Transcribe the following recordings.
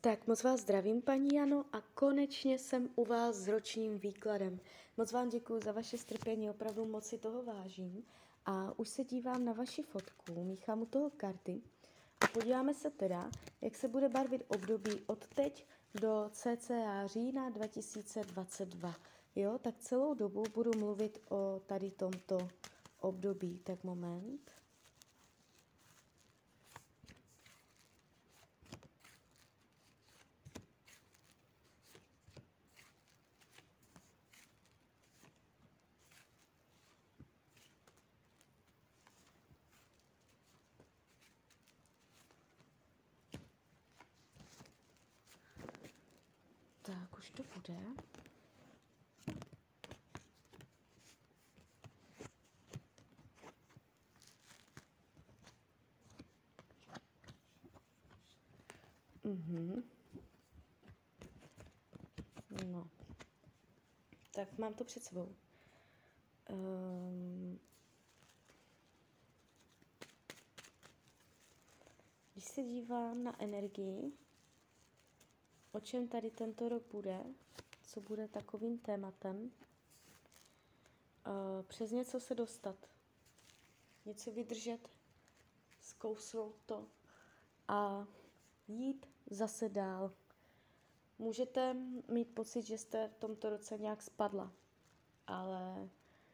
Tak moc vás zdravím, paní Jano, a konečně jsem u vás s ročním výkladem. Moc vám děkuji za vaše strpení, opravdu moc si toho vážím. A už se dívám na vaši fotku, míchám u toho karty a podíváme se teda, jak se bude barvit období od teď do cca října 2022. Jo, tak celou dobu budu mluvit o tady tomto období. Tak moment. Tak, už to bude. No, tak mám to před sebou. Když se dívám na energii, o čem tady tento rok bude, co bude takovým tématem, přes něco se dostat, něco vydržet, zkousnout to a jít zase dál. Můžete mít pocit, že jste v tomto roce nějak spadla, ale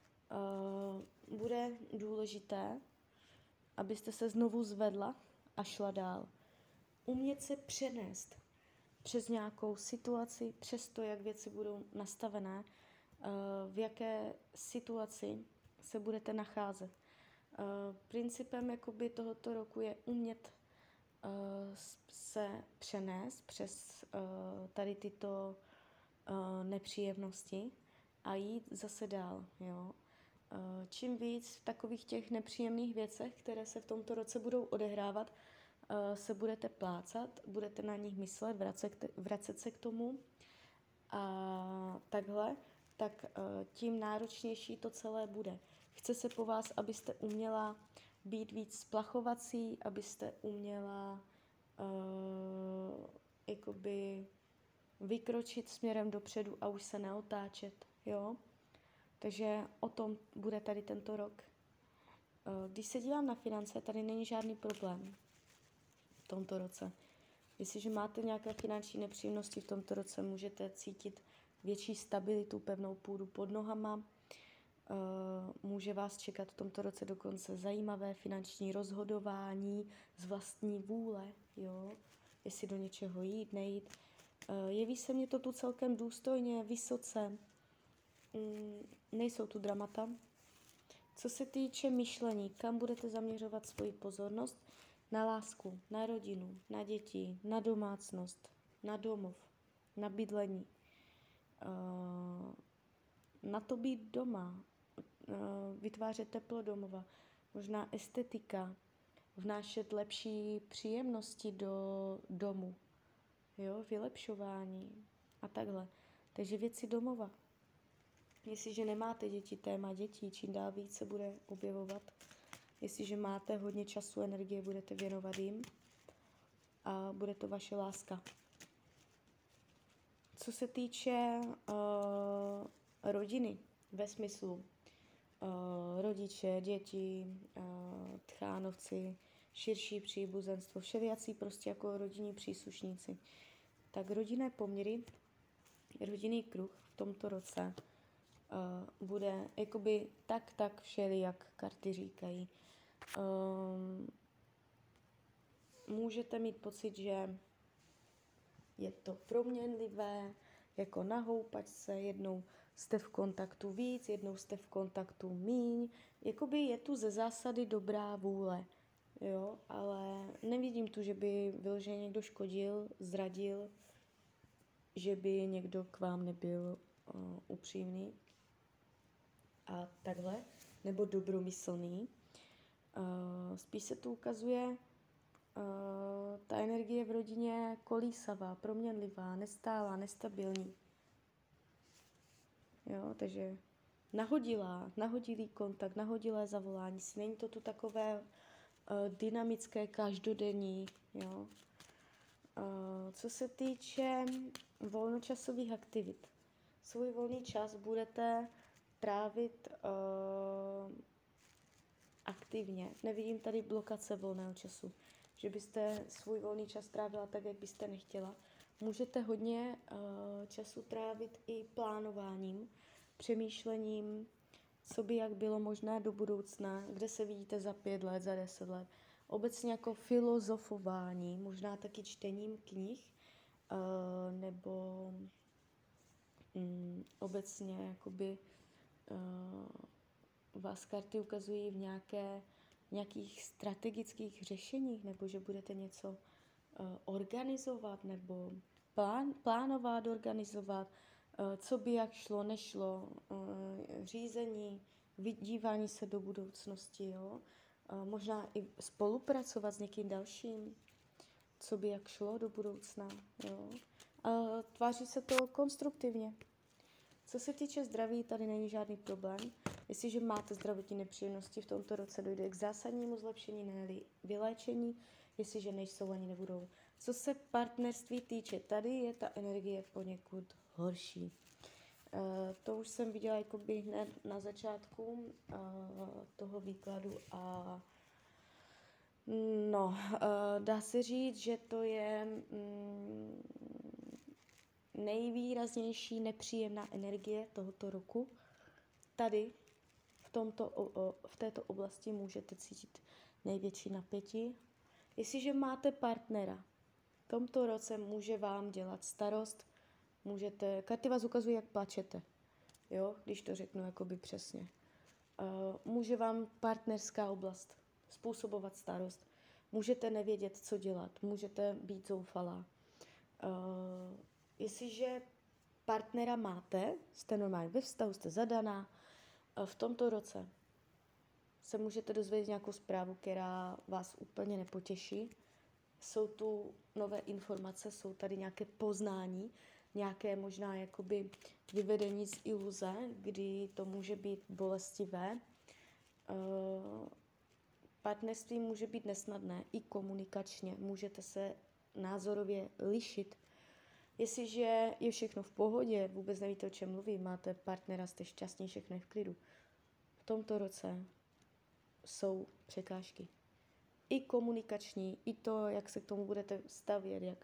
bude důležité, abyste se znovu zvedla a šla dál. Umět se přenést přes nějakou situaci, přes to, jak věci budou nastavené, v jaké situaci se budete nacházet. Principem jakoby tohoto roku je umět se přenést přes tady tyto nepříjemnosti a jít zase dál. Jo? Čím víc v takových těch nepříjemných věcech, které se v tomto roce budou odehrávat, se budete plácat, budete na nich myslet, vracet se k tomu a takhle, tak tím náročnější to celé bude. Chce se po vás, abyste uměla být víc splachovací, abyste uměla jakoby vykročit směrem dopředu a už se neotáčet, jo? Takže o tom bude tady tento rok. Když se dívám na finance, tady není žádný problém v tomto roce. Jestliže máte nějaké finanční nepříjemnosti v tomto roce, můžete cítit větší stabilitu, pevnou půdu pod nohama. Může vás čekat v tomto roce dokonce zajímavé finanční rozhodování z vlastní vůle, jo? Jestli do něčeho jít, nejít. Jeví se mně to tu celkem důstojně, vysoce. Nejsou tu dramata. Co se týče myšlení, kam budete zaměřovat svoji pozornost? Na lásku, na rodinu, na děti, na domácnost, na domov, na bydlení, na to být doma, vytvářet teplo domova, možná estetika, vnášet lepší příjemnosti do domu, jo, vylepšování a takhle. Takže věci domova. Jestliže nemáte děti, téma dětí čím dál víc se bude objevovat. Jestliže máte hodně času, energie, budete věnovat jim a bude to vaše láska. Co se týče rodiny, ve smyslu rodiče, děti, tchánovci, širší příbuzenstvo, všelijací prostě jako rodinní příslušníci, tak rodinné poměry, rodinný kruh v tomto roce bude jakoby tak všeli, jak karty říkají. Můžete mít pocit, že je to proměnlivé, jako na houpačce, jednou jste v kontaktu víc, jednou jste v kontaktu míň. Jakoby je tu ze zásady dobrá vůle, jo, ale nevidím tu, že by vyloženě někdo škodil, zradil, že by někdo k vám nebyl upřímný a takhle, nebo dobromyslný. Spíš se tu ukazuje ta energie v rodině kolísavá, proměnlivá, nestálá, nestabilní. Jo, takže nahodilý kontakt, nahodilé zavolání si. Není to tu takové dynamické, každodenní, jo. Co se týče volnočasových aktivit, svůj volný čas budete trávit aktivně. Nevidím tady blokace volného času, že byste svůj volný čas trávila tak, jak byste nechtěla. Můžete hodně času trávit i plánováním, přemýšlením, co by jak bylo možné do budoucna, kde se vidíte za 5 let, za 10 let. Obecně jako filozofování, možná taky čtením knih, nebo obecně jakoby vás karty ukazují v nějakých strategických řešeních, nebo že budete něco organizovat, nebo plánovat, organizovat, co by jak šlo, nešlo, řízení, vydívání se do budoucnosti, jo? Možná i spolupracovat s někým dalším, co by jak šlo do budoucna. Jo? Tváří se to konstruktivně. Co se týče zdraví, tady není žádný problém. Jestliže máte zdravotní nepříjemnosti, v tomto roce dojde k zásadnímu zlepšení, ne vyléčení, jestliže nejsou ani nebudou. Co se partnerství týče, tady je ta energie poněkud horší. To už jsem viděla jakoby hned na začátku toho výkladu a dá se říct, že to je nejvýraznější nepříjemná energie tohoto roku. Tady v této oblasti můžete cítit největší napětí. Jestliže máte partnera, v tomto roce může vám dělat starost, karty vás ukazují, jak plačete, jo, když to řeknu jakoby přesně. Může vám partnerská oblast způsobovat starost, můžete nevědět, co dělat, můžete být zoufalá. Jestliže partnera máte, jste normálně ve vztahu, jste zadaná, v tomto roce se můžete dozvědět nějakou zprávu, která vás úplně nepotěší. Jsou tu nové informace, jsou tady nějaké poznání, nějaké možná jakoby vyvedení z iluze, kdy to může být bolestivé. Partnerství může být nesnadné i komunikačně, můžete se názorově lišit. Jestliže je všechno v pohodě, vůbec nevíte, o čem mluvím, máte partnera, jste šťastní, všechno je v klidu. V tomto roce jsou překážky. I komunikační, i to, jak se k tomu budete stavět,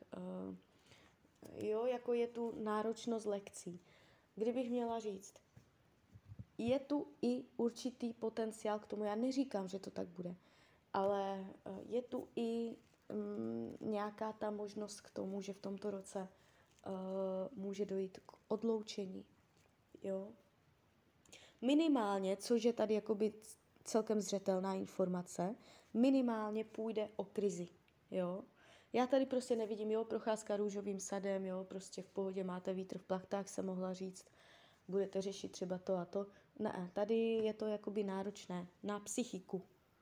jako je tu náročnost lekcí. Kdybych měla říct, je tu i určitý potenciál k tomu, já neříkám, že to tak bude, ale je tu i nějaká ta možnost k tomu, že v tomto roce může dojít k odloučení. Jo? Minimálně, což je tady jakoby celkem zřetelná informace, minimálně půjde o krizi. Jo? Já tady prostě nevidím, procházka růžovým sadem, prostě v pohodě máte vítr v plachtách, se mohla říct, budete řešit třeba to a to. Ne, tady je to jakoby náročné na psychiku.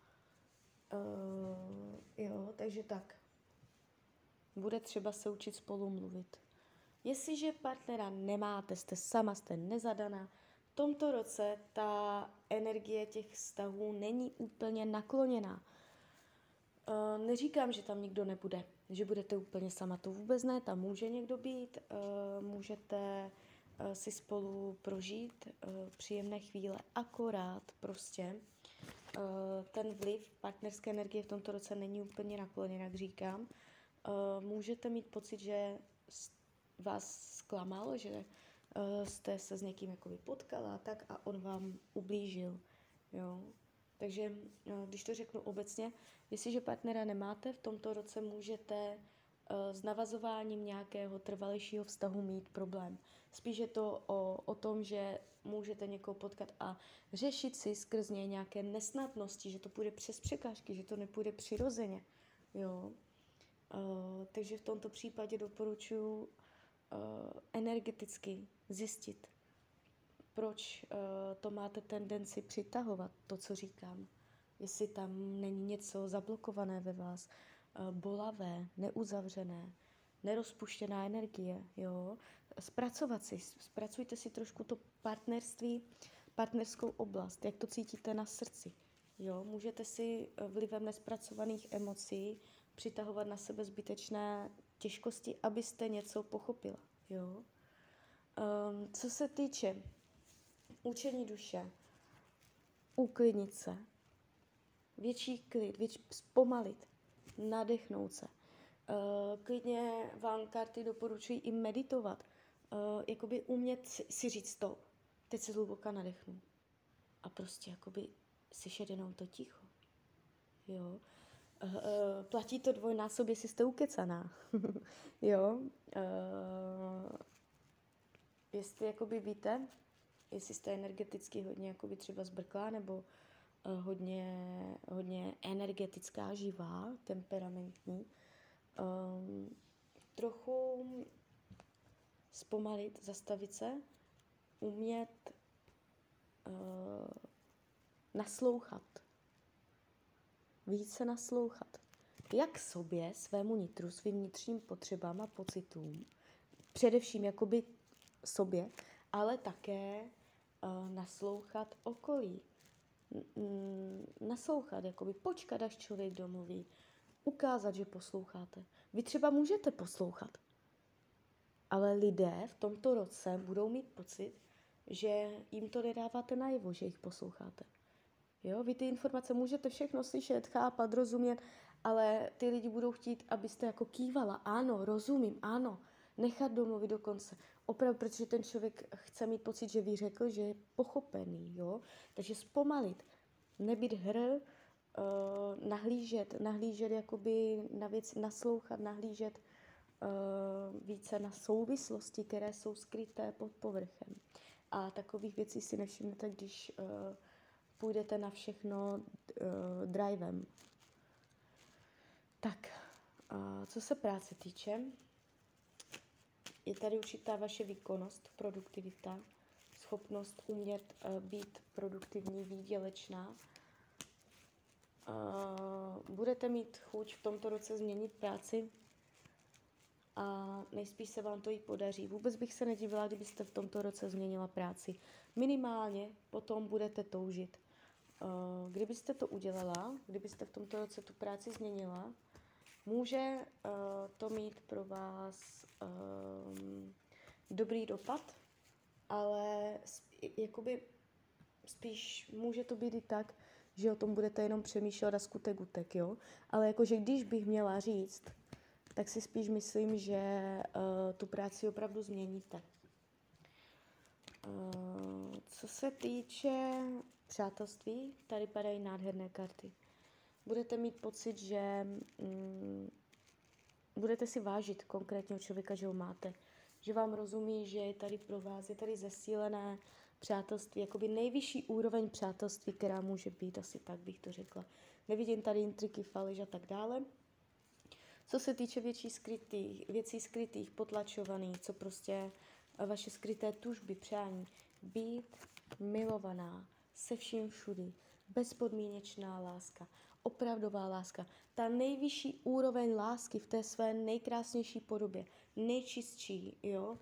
Takže tak. Bude třeba se učit spolu mluvit. Jestliže partnera nemáte, jste sama, jste nezadaná, v tomto roce ta energie těch vztahů není úplně nakloněná. Neříkám, že tam nikdo nebude, že budete úplně sama, to vůbec ne, tam může někdo být, můžete si spolu prožít příjemné chvíle, akorát prostě ten vliv partnerské energie v tomto roce není úplně nakloněn, jak říkám. Můžete mít pocit, že vás zklamal, že jste se s někým jakoby potkala tak a on vám ublížil. Jo? Takže když to řeknu obecně, jestliže partnera nemáte, v tomto roce můžete s navazováním nějakého trvalejšího vztahu mít problém. Spíš je to o tom, že můžete někoho potkat a řešit si skrz něj nějaké nesnadnosti, že to půjde přes překážky, že to nepůjde přirozeně. Jo? Takže v tomto případě doporučuji energeticky zjistit, proč to máte tendenci přitahovat, to, co říkám. Jestli tam není něco zablokované ve vás, bolavé, neuzavřené, nerozpuštěná energie, jo. Zpracujte si trošku to partnerství, partnerskou oblast, jak to cítíte na srdci, jo. Můžete si vlivem nespracovaných emocí přitahovat na sebe zbytečné těžkosti, abyste něco pochopila. Jo? Co se týče učení duše, uklidnit se, větší klid, zpomalit, nadechnout se. Klidně vám karty doporučují i meditovat. Jakoby umět si říct stop. Teď se zhluboka nadechnu. A prostě jakoby slyšet jenom to ticho. Jo. Platí to dvojnásobně, jestli jste ukecaná. Jo. Jestli jakoby víte, jestli jste energeticky hodně jakoby třeba zbrklá, nebo hodně energetická, živá, temperamentní, trochu zpomalit, zastavit se, umět naslouchat. Více naslouchat. Jak sobě, svému nitru, svým vnitřním potřebám a pocitům, především jakoby sobě, ale také naslouchat okolí. Naslouchat, jakoby počkat, až člověk domluví. Ukázat, že posloucháte. Vy třeba můžete poslouchat, ale lidé v tomto roce budou mít pocit, že jim to nedáváte najevo, že jich posloucháte. Jo? Vy ty informace můžete všechno slyšet, chápat, rozumět, ale ty lidi budou chtít, abyste jako kývala. Ano, rozumím, ano. Nechat domluvit do konce. Opravdu, protože ten člověk chce mít pocit, že vy řekl, že je pochopený. Jo? Takže zpomalit, nebýt nahlížet jakoby na věci, naslouchat, nahlížet více na souvislosti, které jsou skryté pod povrchem. A takových věcí si nevšimnete, když půjdete na všechno drivem. Tak, co se práce týče, je tady určitá vaše výkonnost, produktivita, schopnost umět být produktivní, výdělečná. Budete mít chuť v tomto roce změnit práci a nejspíš se vám to i podaří. Vůbec bych se nedivila, kdybyste v tomto roce změnila práci. Minimálně potom budete toužit. Kdybyste to udělala, kdybyste v tomto roce tu práci změnila, může to mít pro vás dobrý dopad, ale jakoby spíš může to být i tak, že o tom budete jenom přemýšlet a skutek utek, jo? Ale jakože když bych měla říct, tak si spíš myslím, že tu práci opravdu změníte. Co se týče přátelství, tady padají nádherné karty. Budete mít pocit, že budete si vážit konkrétního člověka, že ho máte. Že vám rozumí, že je tady pro vás, je tady zesílené přátelství, jakoby nejvyšší úroveň přátelství, která může být, asi tak bych to řekla. Nevidím tady intriky, faleš a tak dále. Co se týče věcí skrytých, potlačovaných, co prostě vaše skryté tužby, přání, být milovaná se vším všudy, bezpodmínečná láska, opravdová láska, ta nejvyšší úroveň lásky v té své nejkrásnější podobě, nejčistší, jo,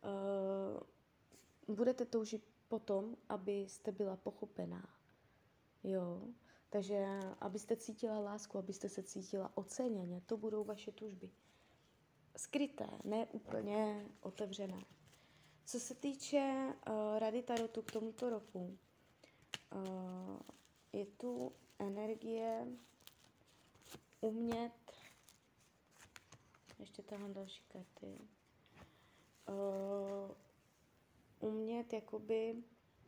budete toužit potom, abyste byla pochopená, jo, takže abyste cítila lásku, abyste se cítila oceněně, to budou vaše tužby. Skryté, ne úplně otevřené. Co se týče rady tarotu k tomuto roku, je tu energie umět, ještě tahle další karty, umět jakoby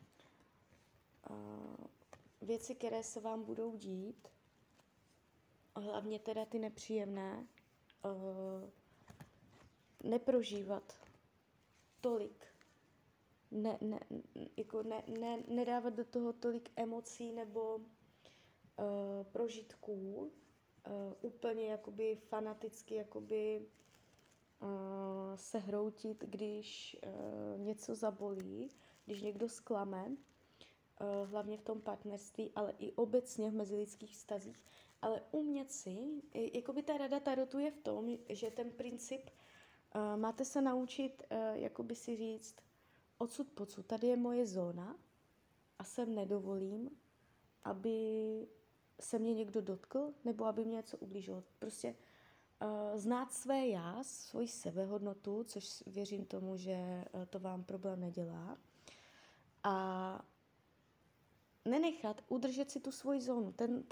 věci, které se vám budou dít, hlavně teda ty nepříjemné, neprožívat tolik, nedávat do toho tolik emocí nebo prožitků, úplně jakoby fanaticky jakoby se hroutit, když něco zabolí, když někdo zklame, hlavně v tom partnerství, ale i obecně v mezilidských vztazích, ale umět si, jakoby ta rada tarotu je v tom, že ten princip máte se naučit, jakoby si říct, odsud pocud, tady je moje zóna a sem nedovolím, aby se mě někdo dotkl, nebo aby mě něco ublížil. Prostě znát své já, svoji sebehodnotu, což věřím tomu, že to vám problém nedělá. A nenechat udržet si tu svoji zónu,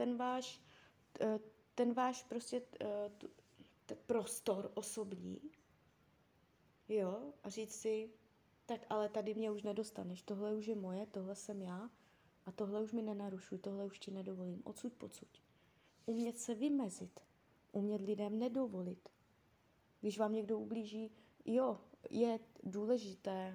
ten váš prostě prostor osobní, jo, a říct si, tak ale tady mě už nedostaneš, tohle už je moje, tohle jsem já a tohle už mi nenarušuj, tohle už ti nedovolím, odsud pocud. Umět se vymezit, umět lidem nedovolit. Když vám někdo ublíží, jo, je důležité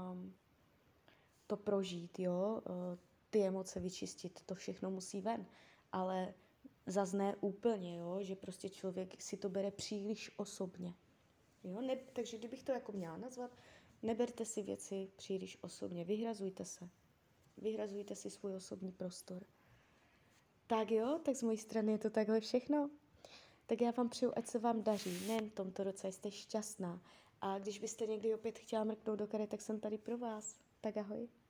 to prožít, jo, ty emoce vyčistit, to všechno musí ven, ale zas ne úplně, jo, že prostě člověk si to bere příliš osobně. Jo? Takže kdybych to jako měla nazvat, neberte si věci příliš osobně, vyhrazujte se. Vyhrazujte si svůj osobní prostor. Tak jo, tak z mojí strany je to takhle všechno. Tak já vám přeju, ať se vám daří, nejen v tomto roce, jste šťastná. A když byste někdy opět chtěla mrknout do karet, tak jsem tady pro vás. Tak ahoj.